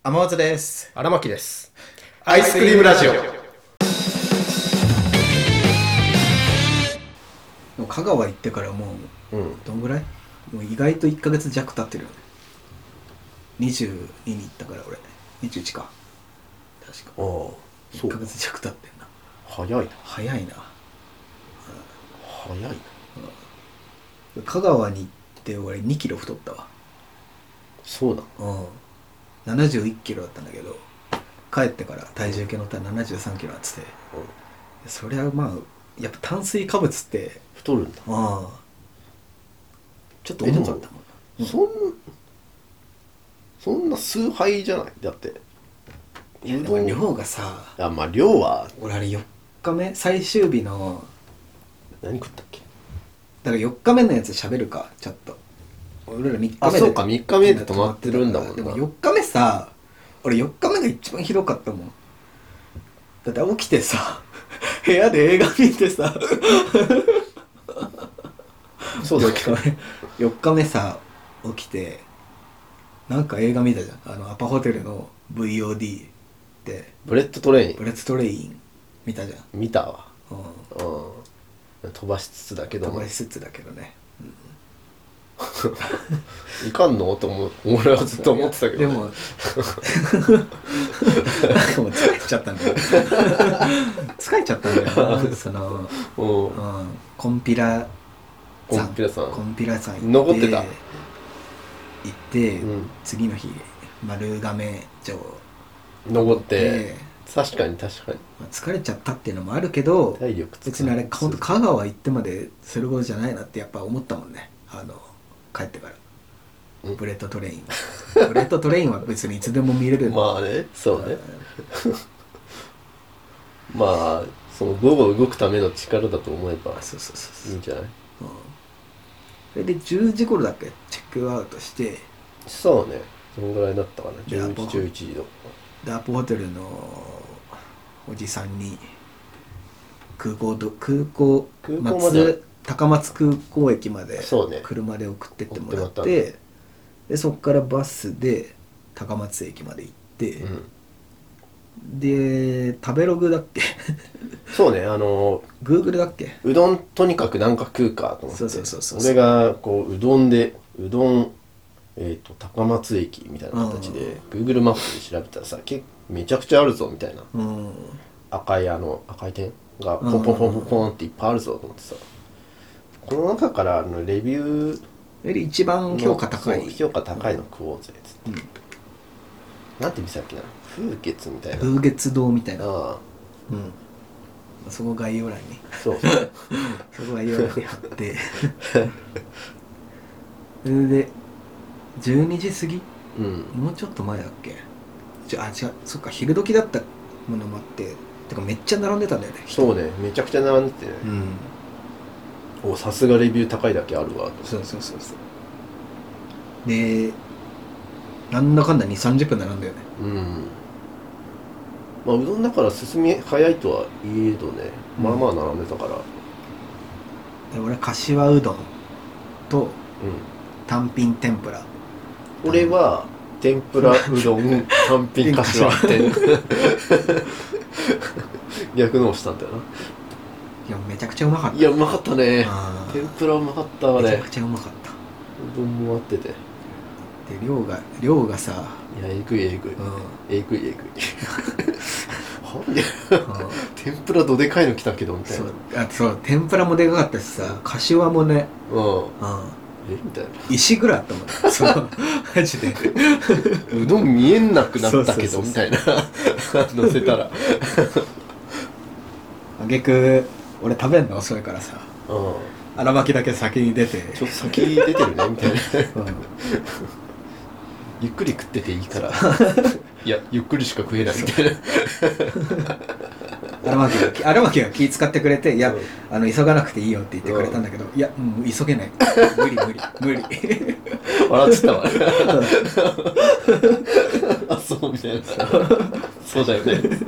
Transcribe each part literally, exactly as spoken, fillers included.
天松です。 荒牧です。 アイスクリームラジオ。でも香川行ってからもう、うん、どんぐらい？もう意外といっかげつ弱経ってるよね。にじゅうにに行ったから俺にじゅういちか確か。ああ、そう。いっかげつ弱経ってんな。 早いな。 早いな。 早いな。 うん、香川に行って俺にキロ太ったわ。 そうだ。 うん。ななじゅういちキロだったんだけど、帰ってから体重計乗ったらななじゅうさんキロあってて、うん、そりゃまあやっぱ炭水化物って太るんだ。 ああ、ちょっと重かったもん。 うん、そんそんな数杯じゃないだって。 いやでも量がさ、 あ、まあ量は俺あれよっかめ最終日の何食ったっけ。 だからよっかめのやつ喋るかちょっと。俺らみっかめで、 あ、そうかみっかめで泊まってるんだもんな。 でもよっかめさ、俺よっかめが一番ひどかったもん。だって起きてさ部屋で映画見てさそうだっけよっかめさ起きてなんか映画見たじゃん。あのアパホテルの ブイオーディー でブレッドトレインブレッドトレイン見たじゃん。 見たわ。 うん、 うん、飛ばしつつだけど飛ばしつつだけどね、 いかんのと思う。俺はずっと思ってたけど、ね、 でもなんかもう疲れちゃったんだよ疲れちゃったんだよなその、うん、コンピラコンピラさんコンピラさん行って残ってた行って、うん、次の日丸亀城登って確かに確かに、 まあ、疲れちゃったっていうのもあるけど体力別にあれ本当香川行ってまですることじゃないなってやっぱ思ったもんね。あの帰ってからブレッドトレインブレッドトレインは別にいつでも見れるまあね、そうねまあその午後動くための力だと思えばいいんじゃない。うん、 それでじゅうじ頃だっけチェックアウトして。 そうね、そのぐらいだったかな。じゅういち、じゅういちじとダープホテルのおじさんに空港ど空港空港まで高松空港駅までそうね車で送ってってもらって、ね、でそこからバスで高松駅まで行って、うん、で食べログだっけそうね、あの Google だっけ、 うどんとにかく何か食うかと思って、 そうそうそうそう、 俺がこううどんでうどんえーと高松駅みたいな形で Google マップで調べたらさ、けめちゃくちゃあるぞみたいな、うん、赤いあの赤い点がポンポンポンポンポンっていっぱいあるぞと思ってさ、この中からのレビューで一番評価高い評価高いの食おうぜっつって、うん、なんて店だっけな、風月みたいな、 風月堂みたいな、 ああ、 うん、そこ概要欄にそうそうそこ概要欄に貼ってそれでじゅうにじ過ぎ、うん、もうちょっと前だっけ、ちょあ違う、そっか昼時だったものもあって、てかめっちゃ並んでたんだよね。 そうね、めちゃくちゃ並んでてね、うん、おさすがレビュー高いだけあるわと。 そうそうそうそう。でなんだかんだにじゅう、さんじゅっぷん並んだよね。うん。 まあうどんだから進み早いとはいえどね、うん、まあまあ並んでたから。 で俺かしわうどんと、うん、単品天ぷら。 俺は天ぷらうどん単品かしわ天逆のをしたんだよな。 いやめちゃくちゃうまかった。 いやうまかったね。天ぷらうまかったわね。 めちゃくちゃうまかった。 うどんもあってて。で量が量がさ、 いやえぐいえぐい、うん、えぐいえぐい天ぷらどでかいの来たけどみたいな。 そうあそう天ぷらもでかかったしさ、かしわもね、うん、うん、 えみたいな石ぐらいあったもんそうマジでうどん見えなくなったけどみたいな乗せたらあげく俺食べんの遅いからさ、うん、荒巻だけ先に出てちょっと先に出てるねみたいな、うん、ゆっくり食ってていいからいやゆっくりしか食えないみたいな荒牧が荒牧が気使ってくれて、いや、うん、あの急がなくていいよって言ってくれたんだけど、うん、いやもう急げない無理無理無理笑ってたわあそうみたいなそうだよねって、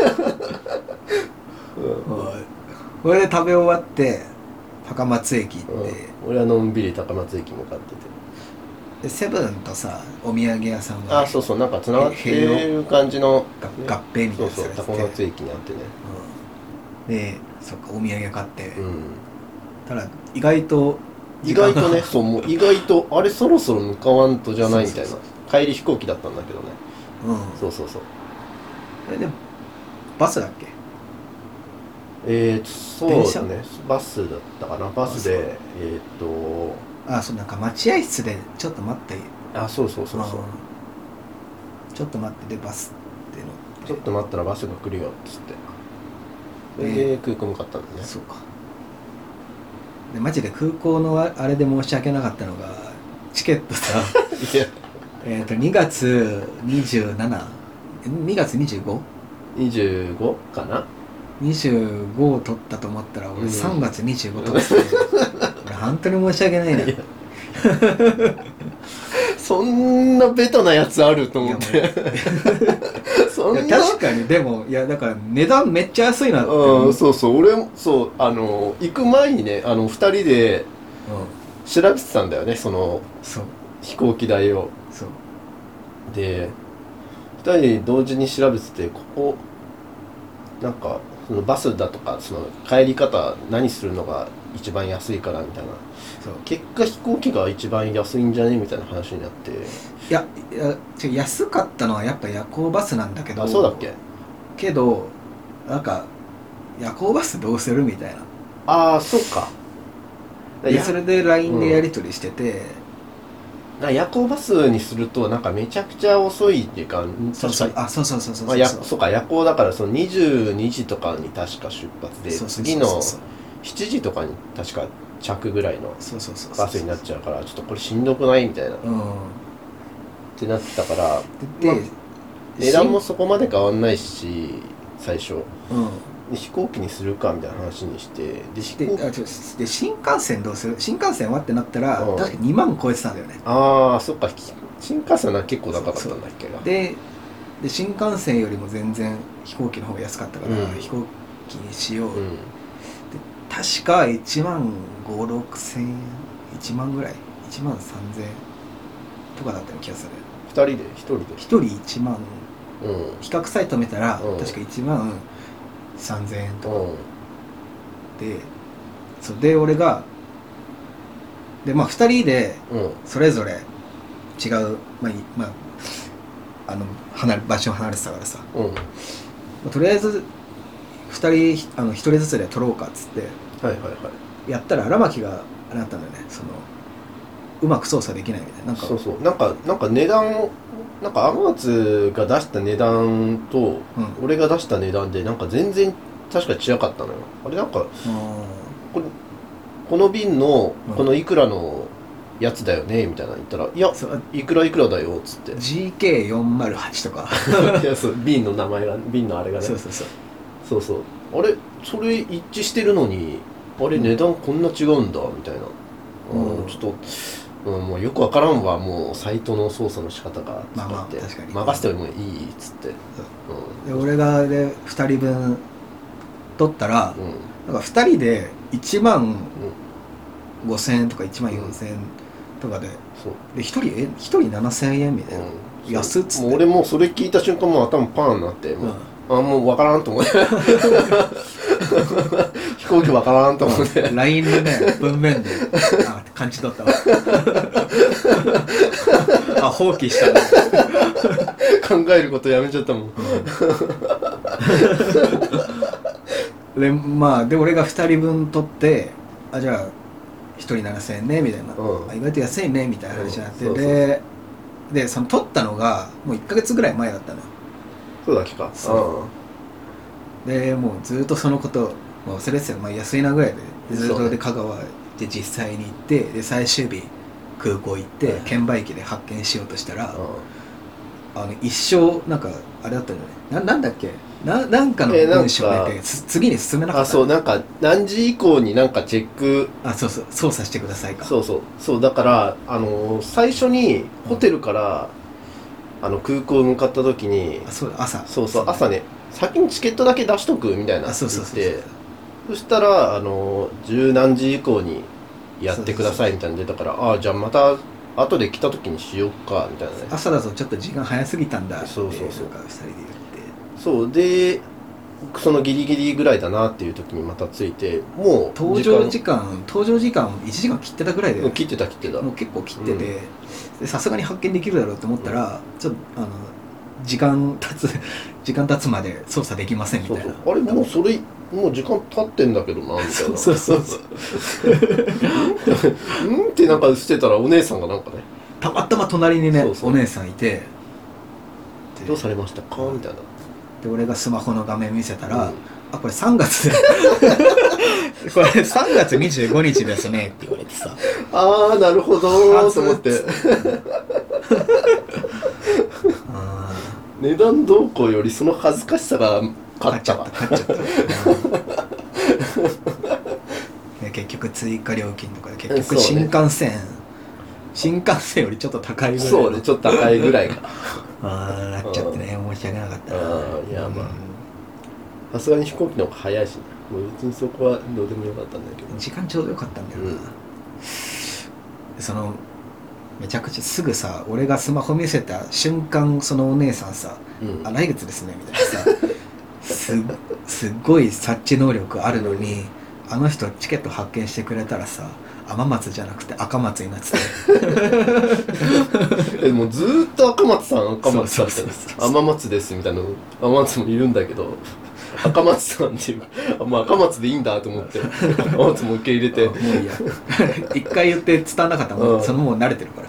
これで食べ終わって高松駅行って、 うん、俺はのんびり高松駅向かってて、 でセブンとさお土産屋さんがあそうそうなんかつながってる感じの、 ね、合併みたいなやつそうそう高松駅にあってね、 うん、でそっかお土産買って、 うん、 ただ意外と意外とねそうもう意外とあれそろそろ向かわんとじゃないみたいな帰り飛行機だったんだけどね、うん、そうそうそうえでもバスだっけえーとそうねバスだったかなバスでえっ、ー、とあそうなんか待合室でちょっと待ってあそうそうそうそうちょっと待ってでバスってのちょっと待ったらバスが来るよっつってそれで空港向かったんだね、 そうかでマジで空港のあれで申し訳なかったのがチケットさえっとにがつにじゅうしちにがつ にじゅうご? にじゅうご かなにじゅうごを取ったと思ったら俺さんがつにじゅうご取って、うん、俺本当に申し訳ないなそんなベタなやつあると思ってそんな確かにでもいやだから値段めっちゃ安いなって、 うん、そうそう俺もそうあの行く前にねあのふたりで調べてたんだよねそのそう飛行機代をそうでふたり同時に調べててここなんかそのバスだとかその帰り方何するのが一番安いからみたいなそう結果飛行機が一番安いんじゃねみたいな話になっていやいや違う安かったのはやっぱ夜行バスなんだけどあそうだっけけどなんか夜行バスどうするみたいなああそうかでそれで ライン でやり取りしてて、 うん、夜行バスにするとなんかめちゃくちゃ遅い時間そうそうあそうそうそうそうそう、 まあ、やそうか夜行だからそのにじゅうにじとかに確か出発で次のしちじとかに確か着ぐらいのバスになっちゃうからちょっとこれしんどくないみたいな、うん、ってなってたからで、まあ、値段もそこまで変わんないし最初、うん、で飛行機にするかみたいな話にしてで飛行でで新幹線どうする新幹線はってなったら、うん、確かににまん超えてたんだよねああそっか新幹線は結構高かったんだっけどでで新幹線よりも全然飛行機の方が安かったから、うん、飛行機にしよう、うん確かいちまんごせんろくせんえんいちまんぐらいいちまんさんぜんえんとかだったような気がするふたりでひとりでひとりいちまん、うん、比較サイト見たら、うん、確かいちまんさんぜんえんとか、うん、でそうで俺がでまあふたりでそれぞれ違う、まあまあ、あの離れ場所離れてたからさ、うんまあ、とりあえずふたりあのひとりずつで取ろうかっつってはいはいはいやったら荒牧があれだったんだよねそのうまく操作できないみたいななんかそうそうなんかなんか値段なんか天松が出した値段と、うん、俺が出した値段でなんか全然確か違かったのよあれなんかこれこの便のこのいくらのやつだよねみたいな言ったらいやいくらいくらだよっつってジーケーよんまるはち とかいやそう便の名前が便のあれがねそうそうそうそうそうあれそれ一致してるのにあれ値段こんな違うんだみたいな、うん、ちょっと、うん、もうよくわからんわもうサイトの操作の仕方がまあまあ確かに任せてもいいっつって、 うん、で俺がでふたりぶん取ったら、うん、なんかふたりでいちまんごせんえんとかいちまんよんせんえんとかで、うん、そうでひとりえひとりななせんえんみたいな、うん、安っつってもう俺もうそれ聞いた瞬間もう頭パーンになってもう、うんあもう分からんと思って飛行機分からんと思ってライン のね文面であ感じ取ったわあ放棄したね考えることやめちゃったもん、 うん、でまあで俺がふたりぶん取ってあじゃあひとりななせんえんねみたいな、うん、意外と安いねみたいな話になって、うん、ででその取ったのがもういっかげつぐらい前だったのよそうだっけかそうでもうずっとそのこと忘れてたよ、まあ、安いなぐらいでずっとで香川で実際に行ってで最終日空港行って券売機で発券しようとしたら、うん、あの一生なんかあれだったんだよね な, なんだっけななんかの文章を出て次に進めなかったあそうなんか何時以降になんかチェックあそうそう操作してくださいかそうそうそうだからあのー、最初にホテルから、うんあの空港向かった時にあそうだ朝そうそう朝ね先にチケットだけ出しとくみたいなそうそうそうそうそしたらあの十何時以降にやってくださいみたいなの出たからああじゃあまた後で来た時にしよっかみたいなね。 朝だとちょっと時間早すぎたんだってそうそうそうなんかふたりで言ってそうでそのギリギリぐらいだなっていう時にまた着いてもう登場時間登場時間いちじかん切ってたぐらいで、 もう切ってた切ってたもう結構切っててさすがに発見できるだろうと思ったら、うん、ちょっとあの時間経つ時間経つまで操作できませんみたいな。 そうそうあれもうそれもう時間経ってんだけどなみたいな。 そうそうそうそううんってなんかしてたらお姉さんがなんかねたまたま隣にねそうそうお姉さんいてどうされましたかみたいな。 で俺がスマホの画面見せたら、 うん、 あこれさんがつこれさんがつにじゅうごにちですねって言われてさああなるほどと思って値段動向よりその恥ずかしさが勝っちゃった勝っちゃったで結局追加料金とかで結局新幹線、ね、新幹線よりちょっと高いぐらいそうねちょっと高いぐらいかああなっちゃってね申し訳なかったな。 あいやまあさすがに飛行機の方が早いし、ね、もう別にそこはどうでもよかったんだけど時間ちょうどよかったんだよな、うん、そのめちゃくちゃすぐさ俺がスマホ見せた瞬間そのお姉さんさ、うん、あ来月ですねみたいなさす, すっごい察知能力あるのに、うん、あの人チケット発券してくれたらさ天松じゃなくて赤松になっててもうずーっと赤松さん赤松さんって天松ですみたいな天松もいるんだけど赤松さんっていうか、まあ、赤松でいいんだと思って赤松も受け入れてもういいや一回言って伝わらなかったらもうそのもう慣れてるから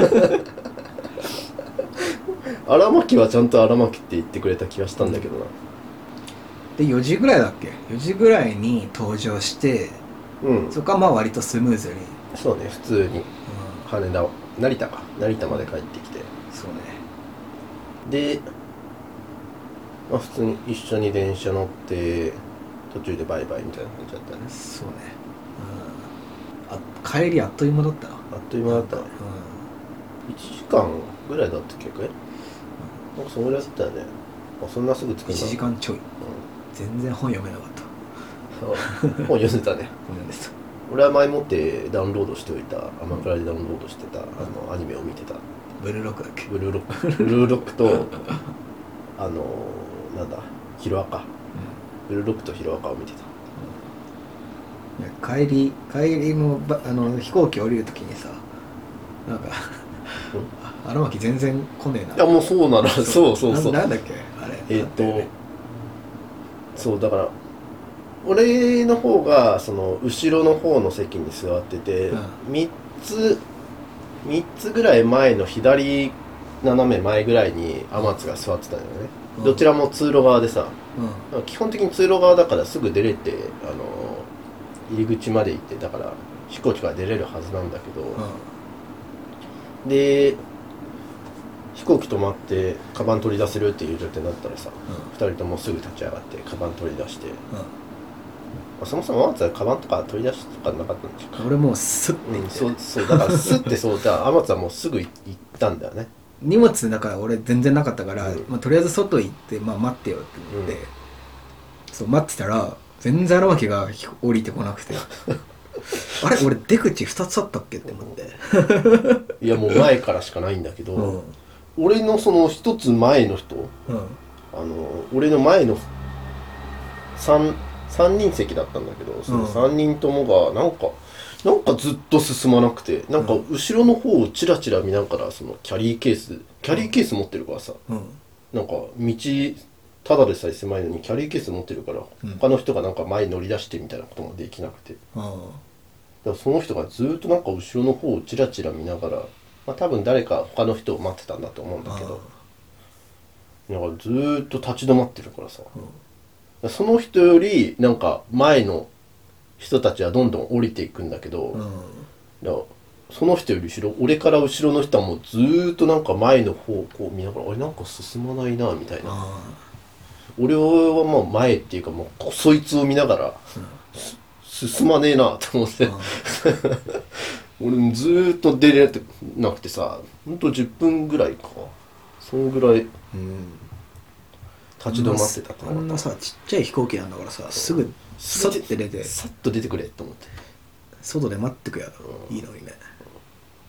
荒牧はちゃんと荒牧って言ってくれた気がしたんだけどな。 でよじぐらいだっけよじぐらいに登場してうん、そこはまあ割とスムーズにそうね普通に、うん、羽田成田か成田まで帰ってきてそうねで、まあ、普通に一緒に電車乗って途中でバイバイみたいな感じだったね。 そうね、うん、あ帰りあっという間だったな。 あっという間だった、うん、いちじかんぐらいだったっけ、うん、なんかそのぐらいだったよね。あそんなすぐ着くんだ。いちじかんちょい、うん、全然本読めなかった。 本読んでたね本読んでた。 俺は前もってダウンロードしておいたアマプラでダウンロードしてた、うん、あのアニメを見てた。 ブルーロックだっけ。 ブルーロックブルーロックとあのなんだヒロアカ、うん、ブルーロックとヒロアカを見てた、 うん、いや帰り帰りのあの飛行機降りるときにさなんか荒牧全然来ねえな。 いやもうそうなのそうそうそうな, なんだっけあれえっ、ー、と、ね、そうだから俺の方がその後ろの方の席に座ってて、うん、みっつみっつぐらい前の左斜め前ぐらいに天津が座ってたんだよね、うん、どちらも通路側でさ、うん、基本的に通路側だからすぐ出れてあの入り口まで行ってだから飛行機から出れるはずなんだけど、うん、で飛行機止まってカバン取り出せるっていう状態になったらさ、うん、ふたりともすぐ立ち上がってカバン取り出して、うんそもそも天津はカバンとか取り出しとかなかったんでしょうか。 俺もうスッて、 うん、そうそうだからスッてそうだ天津はもうすぐ行ったんだよね。 荷物だから俺全然なかったから、うんまあ、とりあえず外行って、まあ、待ってよって言って、うん、そう待ってたら全然荒牧が降りてこなくてあれ俺出口ふたつあったっけって思っていやもう前からしかないんだけど、うん、俺のそのひとつ前の人、うん、あの俺の前のさんさんにん席だったんだけどそのさんにんともがなんか、うん、なんかずっと進まなくてなんか後ろの方をチラチラ見ながらそのキャリーケースキャリーケース持ってるからさ、うん、なんか道ただでさえ狭いのにキャリーケース持ってるから、うん、他の人がなんか前に乗り出してみたいなこともできなくて、うん、だからその人がずっとなんか後ろの方をチラチラ見ながら、まあ、多分誰か他の人を待ってたんだと思うんだけど、うん、なんかずっと立ち止まってるからさ、うんその人よりなんか前の人たちはどんどん降りていくんだけど、うん、だからその人より後ろ俺から後ろの人はもうずーっとなんか前の方をこう見ながらあれなんか進まないなみたいな、うん、俺はまあ前っていうかもうそいつを見ながら、うん、進まねえなと思って、うん、俺ずーっと出れなくてさほんとじゅっぷんぐらいかそんぐらい、うん立ち止まってたとあんなさちっちゃい飛行機なんだからさすぐさって出てさっと出てくれと思って外で待ってくやろ、うん、いいのにね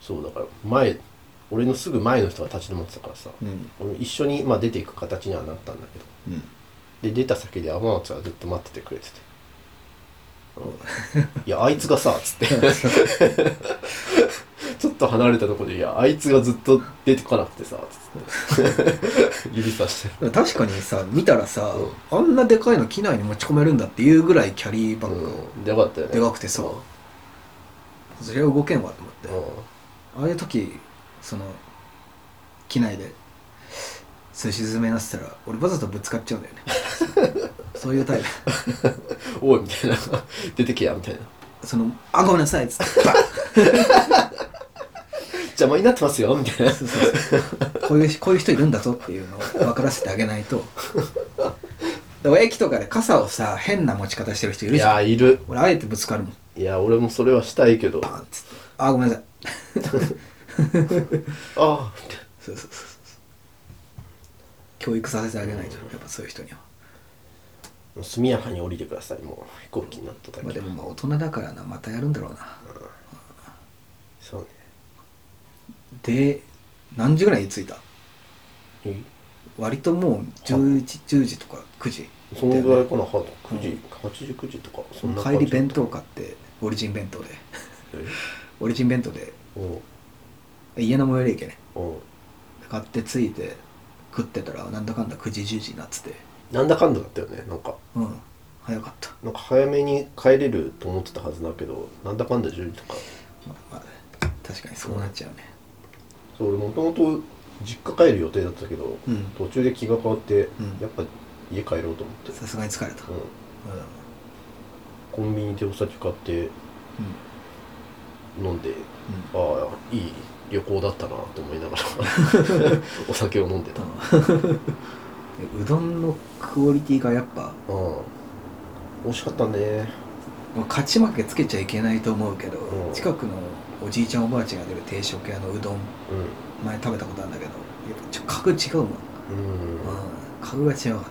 そうだから前俺のすぐ前の人が立ち止まってたからさ、うん、俺一緒に、まあ、出ていく形にはなったんだけど、うん、で出た先で天松はずっと待っててくれてていやあいつがさつってちょっと離れたところでいやあいつがずっと出てこなくてさつって指さして確かにさ見たらさ、うん、あんなでかいの機内に持ち込めるんだっていうぐらいキャリーバッグ、 うん、でかったよねでかくてさ、うん、それは動けんわと思って、うん、ああいう時その機内ですし詰めなってたら俺わざとぶつかっちゃうんだよねそういうタイプおいみたいな出てけやみたいなそのあごめんなさいっつって邪魔になってますよみたいなそうそうそうこういうこういう人いるんだぞっていうのを分からせてあげないとでも駅とかで傘をさ変な持ち方してる人いるじゃん。 いやいる。 俺あえてぶつかるもん。 いや俺もそれはしたいけどパンっつってあごめんなさいああそうそうそうそう教育させてあげないと、うん、やっぱそういう人には速やかに降りてください。もう飛行機になっただけ、 まあ、でもまあ大人だからなまたやるんだろうな、うん、 そうね。 で何時ぐらいに着いた？割ともうじゅういち、じゅうじとかくじそのぐらいかな。くじ、うん、はちじくじとかそんな感じ。帰り弁当買ってオリジン弁当でオリジン弁当で家の最寄り駅ね買って着いて食ってたらなんだかんだくじじゅうじになっててなんだかんだだったよね。なんかうん早かった。 なんか早めに帰れると思ってたはずだけどなんだかんだじゅうじとか、 まあまあ、確かにそうなっちゃうね、 うん、そう俺もともと実家帰る予定だったけど、うん、途中で気が変わって、うん、やっぱ家帰ろうと思ってさすがに疲れた、うんうん、 コンビニでお酒買って、うん、飲んで、うん、ああいい旅行だったなと思いながらお酒を飲んでたうどんのクオリティがやっぱ美味しかったね。 勝ち負けつけちゃいけないと思うけど、うん、近くのおじいちゃんおばあちゃんが出る定食屋のうどん、うん、前食べたことあるんだけどやっぱちょっと格違うもん、うんうん、格が違かった。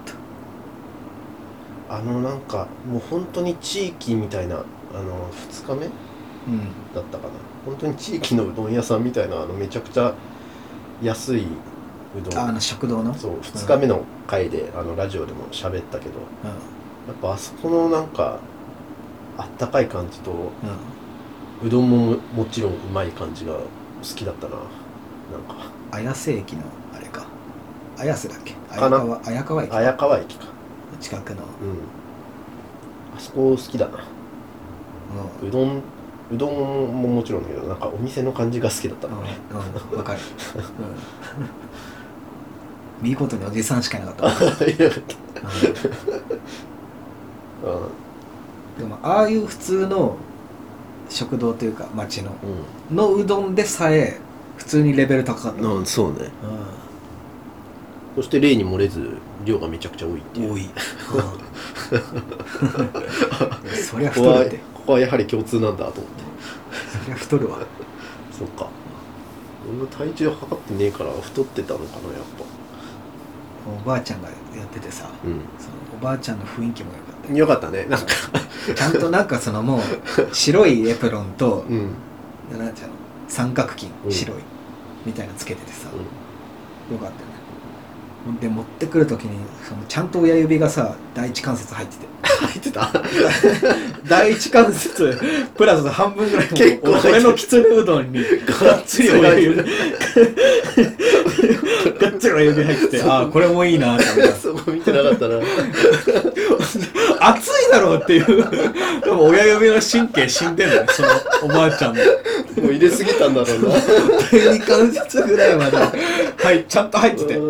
あのなんかもう本当に地域みたいなあのふつかめ、うん、だったかな。本当に地域のうどん屋さんみたいなあのめちゃくちゃ安いうどん。 ああの食堂のそうふつかめの回で、うん、あのラジオでも喋ったけど、うん、やっぱあそこのなんかあったかい感じと、うん、うどんももちろんうまい感じが好きだったな。なんか綾瀬駅のあれか綾瀬だっけ綾川綾川駅綾川駅か近くの、うん、 あそこ好きだな、うん、うどんうどんももちろんだけどなんかお店の感じが好きだったな。 うん、わかる、うん、見事におじさんしかいなかったいなかった、うんうん、でもああいう普通の食堂というか町の、うん、のうどんでさえ普通にレベル高かった、 うん、そうね、うん、そして例に漏れず量がめちゃくちゃ多いっていう。 多い、うん、そりゃ太るってここはやはり共通なんだと思ってそりゃ太るわそっか俺の体重測ってねえから太ってたのかな。やっぱおばあちゃんがやっててさ、うん、そのおばあちゃんの雰囲気も良かった。 良かったね。なんかちゃんとなんかそのもう白いエプロンと、うん、なんていうの三角巾、うん、白いみたいなのつけててさ、うん、よかったよね。で持ってくるときにそのちゃんと親指がさ第一関節入ってて入ってた第一関節プラス半分ぐらい結構俺のきつねうどんにがっつり親指がっつり親指入っててああこれもいいなって思ったそこ見てなかったな熱いだろうっていうでも親指の神経死んでんだよそのおばあちゃんももう入れすぎたんだろうな第二関節ぐらいまではいちゃんと入ってて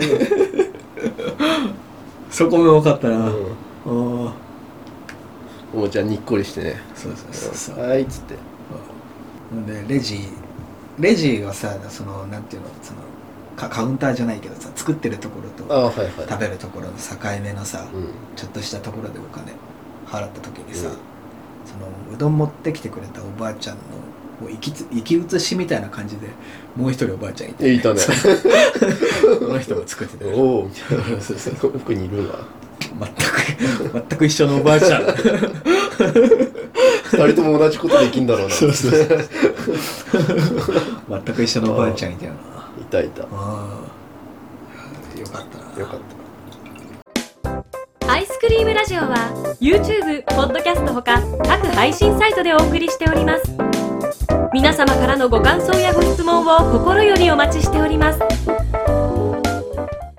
そこも良かったな、うん、 おもちゃんにっこりしてねそうそうそうそうはいっつって、 うん、でレジレジはさそのなんていうのそのカウンターじゃないけどさ作ってるところとはいはい、 食べるところの境目のさ、うん、ちょっとしたところでお金払った時にさ、うん、そのうどん持ってきてくれたおばあちゃんの生きつ生き写しみたいな感じでもう一人おばあちゃんいて、 ね、いたねこの人が作ってておおみたいなそうそう奥にいるわ全く全く一緒のおばあちゃん二人とも同じことできんだろうなそうそうそう全く一緒のおばあちゃんいたよな。 いたいた。 ああ、よかったな。 よかっアイスクリームラジオは YouTube、ポッドキャストほか各配信サイトでお送りしております。皆様からのご感想やご質問を心よりお待ちしております。